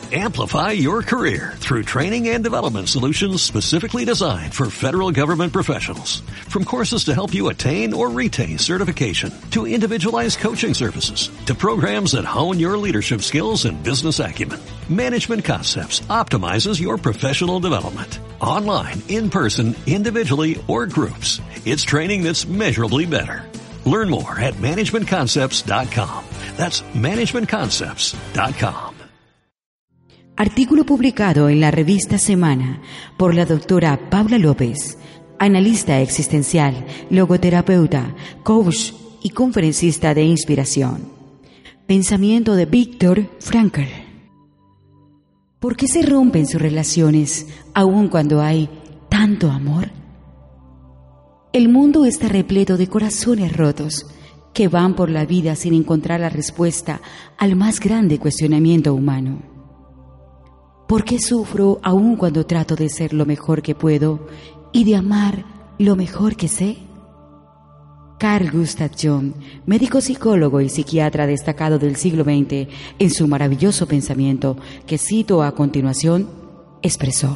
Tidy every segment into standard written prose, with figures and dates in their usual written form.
Amplify your career through training and development solutions specifically designed for federal government professionals. From courses to help you attain or retain certification, to individualized coaching services, to programs that hone your leadership skills and business acumen, Management Concepts optimizes your professional development. Online, in person, individually, or groups, it's training that's measurably better. Learn more at managementconcepts.com. That's managementconcepts.com. Artículo publicado en la revista Semana por la doctora Paula López, analista existencial, logoterapeuta, coach y conferencista de inspiración. Pensamiento de Viktor Frankl. ¿Por qué se rompen sus relaciones aun cuando hay tanto amor? El mundo está repleto de corazones rotos que van por la vida sin encontrar la respuesta al más grande cuestionamiento humano. ¿Por qué sufro aún cuando trato de ser lo mejor que puedo y de amar lo mejor que sé? Carl Gustav Jung, médico psicólogo y psiquiatra destacado del siglo XX, en su maravilloso pensamiento, que cito a continuación, expresó: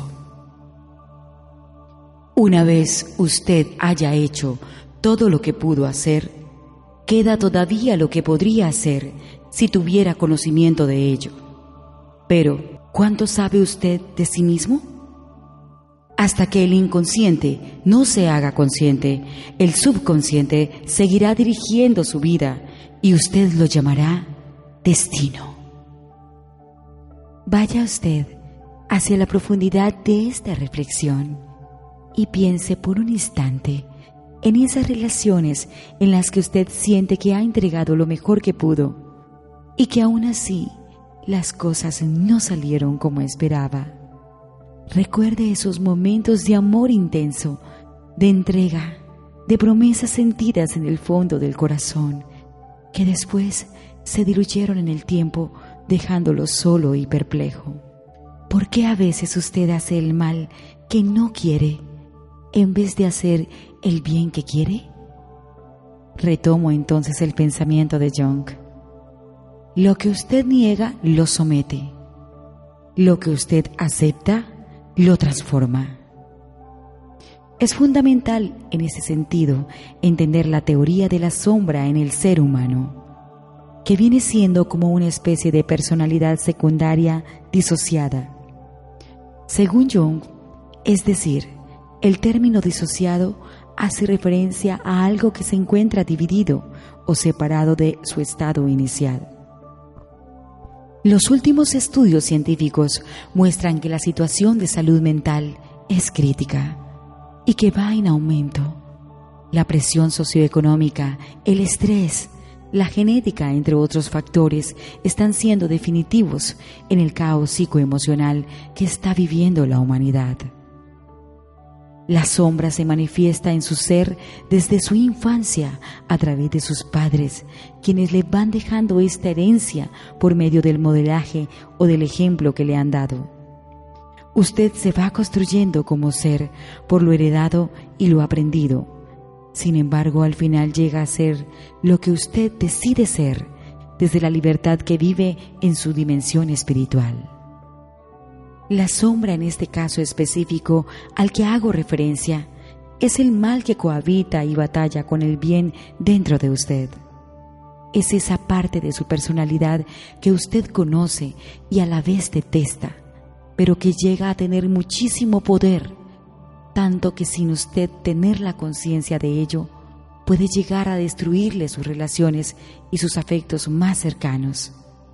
una vez usted haya hecho todo lo que pudo hacer, queda todavía lo que podría hacer si tuviera conocimiento de ello. Pero, ¿cuánto sabe usted de sí mismo? Hasta que el inconsciente no se haga consciente, el subconsciente seguirá dirigiendo su vida y usted lo llamará destino. Vaya usted hacia la profundidad de esta reflexión y piense por un instante en esas relaciones en las que usted siente que ha entregado lo mejor que pudo y que aún así las cosas no salieron como esperaba. Recuerde esos momentos de amor intenso, de entrega, de promesas sentidas en el fondo del corazón, que después se diluyeron en el tiempo, dejándolo solo y perplejo. ¿Por qué a veces usted hace el mal que no quiere en vez de hacer el bien que quiere? Retomo entonces el pensamiento de Jung. Lo que usted niega, lo somete. Lo que usted acepta, lo transforma. Es fundamental, en ese sentido, entender la teoría de la sombra en el ser humano, que viene siendo como una especie de personalidad secundaria disociada. Según Jung, es decir, el término disociado hace referencia a algo que se encuentra dividido o separado de su estado inicial. Los últimos estudios científicos muestran que la situación de salud mental es crítica y que va en aumento. La presión socioeconómica, el estrés, la genética, entre otros factores, están siendo definitivos en el caos psicoemocional que está viviendo la humanidad. La sombra se manifiesta en su ser desde su infancia a través de sus padres, quienes le van dejando esta herencia por medio del modelaje o del ejemplo que le han dado. Usted se va construyendo como ser por lo heredado y lo aprendido. Sin embargo, al final llega a ser lo que usted decide ser desde la libertad que vive en su dimensión espiritual. La sombra, en este caso específico al que hago referencia, es el mal que cohabita y batalla con el bien dentro de usted. Es esa parte de su personalidad que usted conoce y a la vez detesta, pero que llega a tener muchísimo poder, tanto que sin usted tener la conciencia de ello, puede llegar a destruirle sus relaciones y sus afectos más cercanos.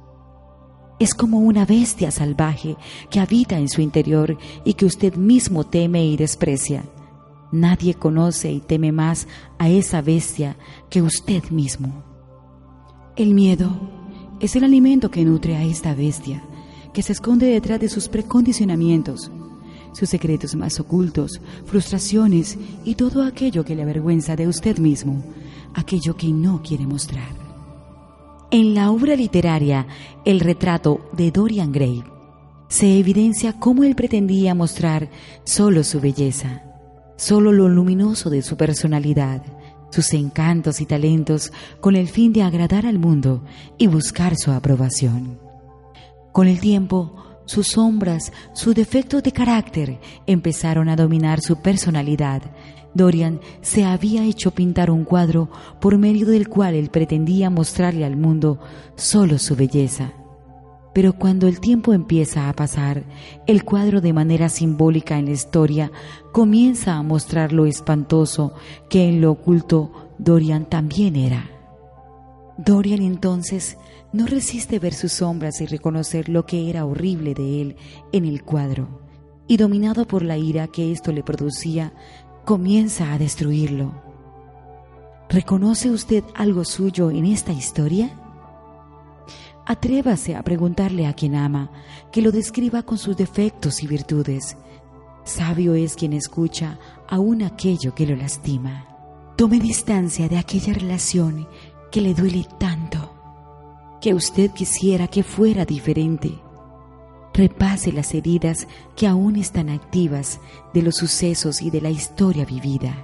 Es como una bestia salvaje que habita en su interior y que usted mismo teme y desprecia. Nadie conoce y teme más a esa bestia que usted mismo. El miedo es el alimento que nutre a esta bestia, que se esconde detrás de sus precondicionamientos, sus secretos más ocultos, frustraciones y todo aquello que le avergüenza de usted mismo, aquello que no quiere mostrar. En la obra literaria El retrato de Dorian Gray se evidencia cómo él pretendía mostrar solo su belleza, solo lo luminoso de su personalidad, sus encantos y talentos con el fin de agradar al mundo y buscar su aprobación. Con el tiempo, sus sombras, sus defectos de carácter empezaron a dominar su personalidad. Dorian se había hecho pintar un cuadro por medio del cual él pretendía mostrarle al mundo solo su belleza. Pero cuando el tiempo empieza a pasar, el cuadro de manera simbólica en la historia comienza a mostrar lo espantoso que en lo oculto Dorian también era. Dorian entonces no resiste ver sus sombras y reconocer lo que era horrible de él en el cuadro, y dominado por la ira que esto le producía, comienza a destruirlo. ¿Reconoce usted algo suyo en esta historia? Atrévase a preguntarle a quien ama, que lo describa con sus defectos y virtudes. Sabio es quien escucha aún aquello que lo lastima. Tome distancia de aquella relación que le duele tanto, que usted quisiera que fuera diferente. Repase las heridas que aún están activas de los sucesos y de la historia vivida.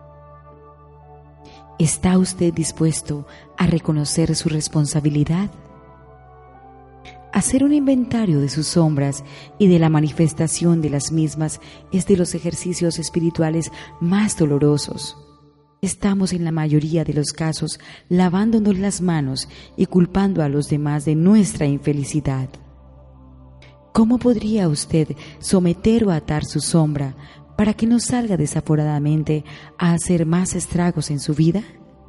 ¿Está usted dispuesto a reconocer su responsabilidad? Hacer un inventario de sus sombras y de la manifestación de las mismas es de los ejercicios espirituales más dolorosos. Estamos en la mayoría de los casos lavándonos las manos y culpando a los demás de nuestra infelicidad. ¿Cómo podría usted someter o atar su sombra para que no salga desaforadamente a hacer más estragos en su vida?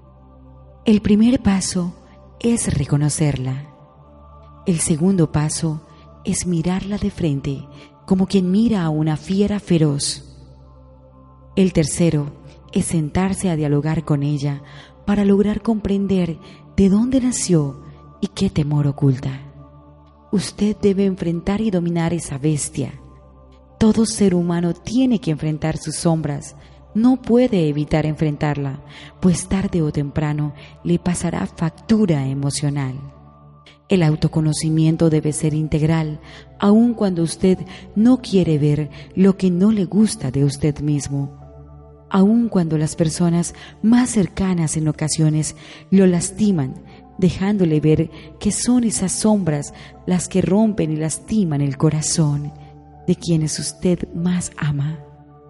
El primer paso es reconocerla. El segundo paso es mirarla de frente, como quien mira a una fiera feroz. El tercero es sentarse a dialogar con ella para lograr comprender de dónde nació y qué temor oculta. Usted debe enfrentar y dominar esa bestia. Todo ser humano tiene que enfrentar sus sombras. No puede evitar enfrentarla, pues tarde o temprano le pasará factura emocional. El autoconocimiento debe ser integral, aun cuando usted no quiere ver lo que no le gusta de usted mismo. Aun cuando las personas más cercanas en ocasiones lo lastiman, dejándole ver que son esas sombras las que rompen y lastiman el corazón de quienes usted más ama.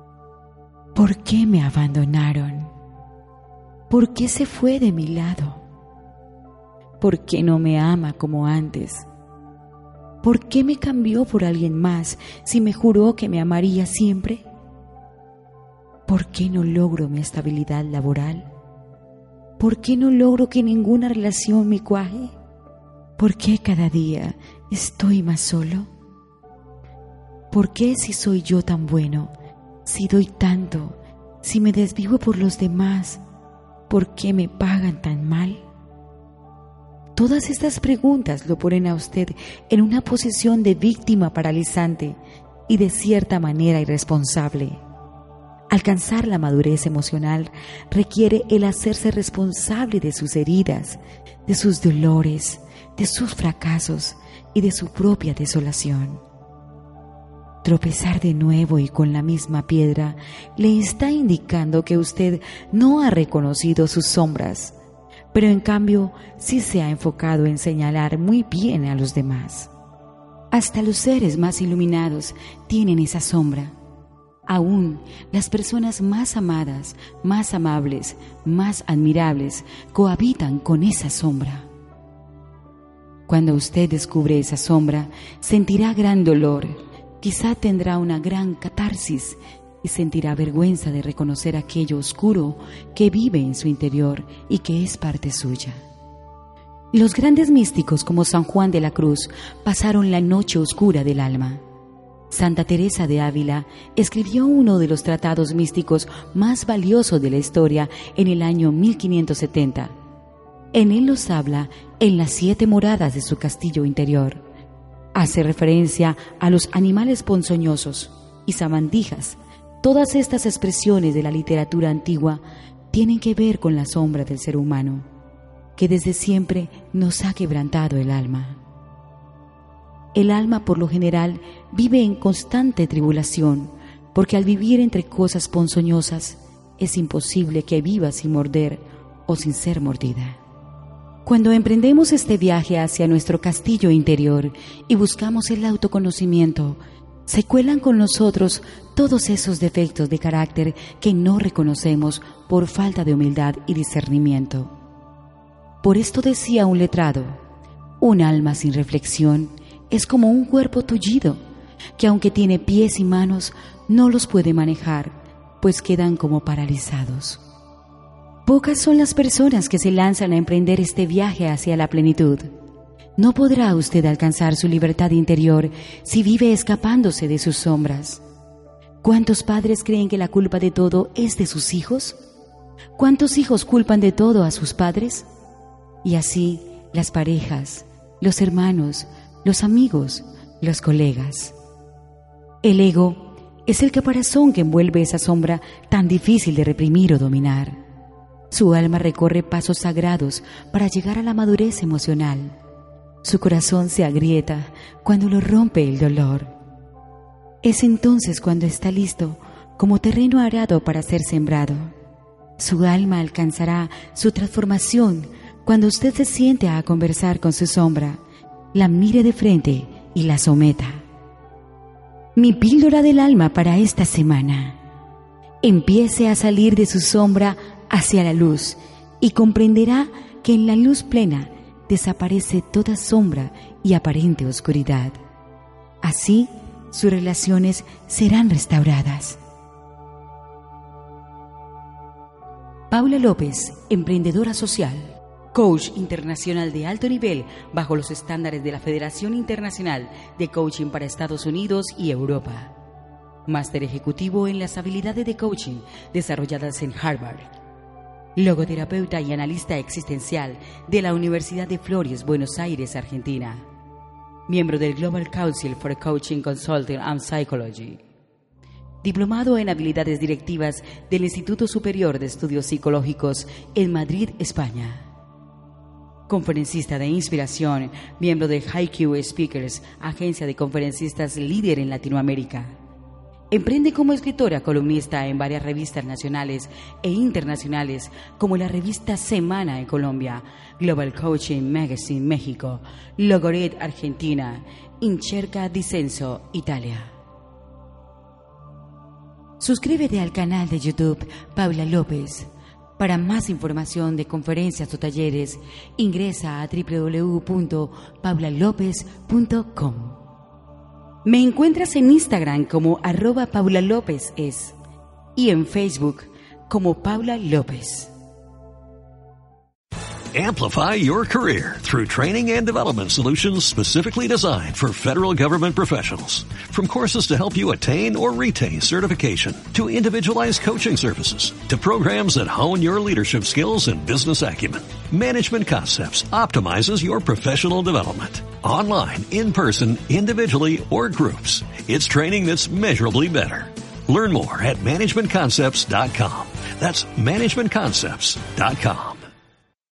¿Por qué me abandonaron? ¿Por qué se fue de mi lado? ¿Por qué no me ama como antes? ¿Por qué me cambió por alguien más si me juró que me amaría siempre? ¿Por qué no logro mi estabilidad laboral? ¿Por qué no logro que ninguna relación me cuaje? ¿Por qué cada día estoy más solo? ¿Por qué si soy yo tan bueno, si doy tanto, si me desvivo por los demás, por qué me pagan tan mal? Todas estas preguntas lo ponen a usted en una posición de víctima paralizante y de cierta manera irresponsable. Alcanzar la madurez emocional requiere el hacerse responsable de sus heridas, de sus dolores, de sus fracasos y de su propia desolación. Tropezar de nuevo y con la misma piedra le está indicando que usted no ha reconocido sus sombras, pero en cambio sí se ha enfocado en señalar muy bien a los demás. Hasta los seres más iluminados tienen esa sombra. Aún las personas más amadas, más amables, más admirables cohabitan con esa sombra. Cuando usted descubre esa sombra, sentirá gran dolor, quizá tendrá una gran catarsis y sentirá vergüenza de reconocer aquello oscuro que vive en su interior y que es parte suya. Los grandes místicos como San Juan de la Cruz pasaron la noche oscura del alma. Santa Teresa de Ávila escribió uno de los tratados místicos más valiosos de la historia en el año 1570. En él nos habla en las 7 moradas de su castillo interior. Hace referencia a los animales ponzoñosos y sabandijas. Todas estas expresiones de la literatura antigua tienen que ver con la sombra del ser humano, que desde siempre nos ha quebrantado el alma. El alma, por lo general, vive en constante tribulación, porque al vivir entre cosas ponzoñosas, es imposible que viva sin morder o sin ser mordida. Cuando emprendemos este viaje hacia nuestro castillo interior y buscamos el autoconocimiento, se cuelan con nosotros todos esos defectos de carácter que no reconocemos por falta de humildad y discernimiento. Por esto decía un letrado: un alma sin reflexión es como un cuerpo tullido, que aunque tiene pies y manos, no los puede manejar, pues quedan como paralizados. Pocas son las personas que se lanzan a emprender este viaje hacia la plenitud. No podrá usted alcanzar su libertad interior si vive escapándose de sus sombras. ¿Cuántos padres creen que la culpa de todo es de sus hijos? ¿Cuántos hijos culpan de todo a sus padres? Y así las parejas, los hermanos, los amigos, los colegas. El ego es el caparazón que envuelve esa sombra tan difícil de reprimir o dominar. Su alma recorre pasos sagrados para llegar a la madurez emocional. Su corazón se agrieta cuando lo rompe el dolor. Es entonces cuando está listo como terreno arado para ser sembrado. Su alma alcanzará su transformación cuando usted se siente a conversar con su sombra, la mire de frente y la someta. Mi píldora del alma para esta semana: empiece a salir de su sombra hacia la luz y comprenderá que en la luz plena desaparece toda sombra y aparente oscuridad. Así, sus relaciones serán restauradas. Paula López, emprendedora social, coach internacional de alto nivel bajo los estándares de la Federación Internacional de Coaching para Estados Unidos y Europa. Máster ejecutivo en las habilidades de coaching desarrolladas en Harvard. Logoterapeuta y analista existencial de la Universidad de Flores, Buenos Aires, Argentina. Miembro del Global Council for Coaching, Consulting and Psychology. Diplomado en habilidades directivas del Instituto Superior de Estudios Psicológicos en Madrid, España. Conferencista de inspiración, miembro de HiQ Speakers, agencia de conferencistas líder en Latinoamérica. Emprende como escritora columnista en varias revistas nacionales e internacionales, como la revista Semana en Colombia, Global Coaching Magazine México, Logoret Argentina, Incerca Disenso Italia. Suscríbete al canal de YouTube Paula López. Para más información de conferencias o talleres, ingresa a www.paulalopez.com. Me encuentras en Instagram como @paulalopezes y en Facebook como Paula López. Amplify your career through training and development solutions specifically designed for federal government professionals. From courses to help you attain or retain certification, to individualized coaching services, to programs that hone your leadership skills and business acumen, Management Concepts optimizes your professional development. Online, in person, individually, or groups, it's training that's measurably better. Learn more at managementconcepts.com. That's managementconcepts.com.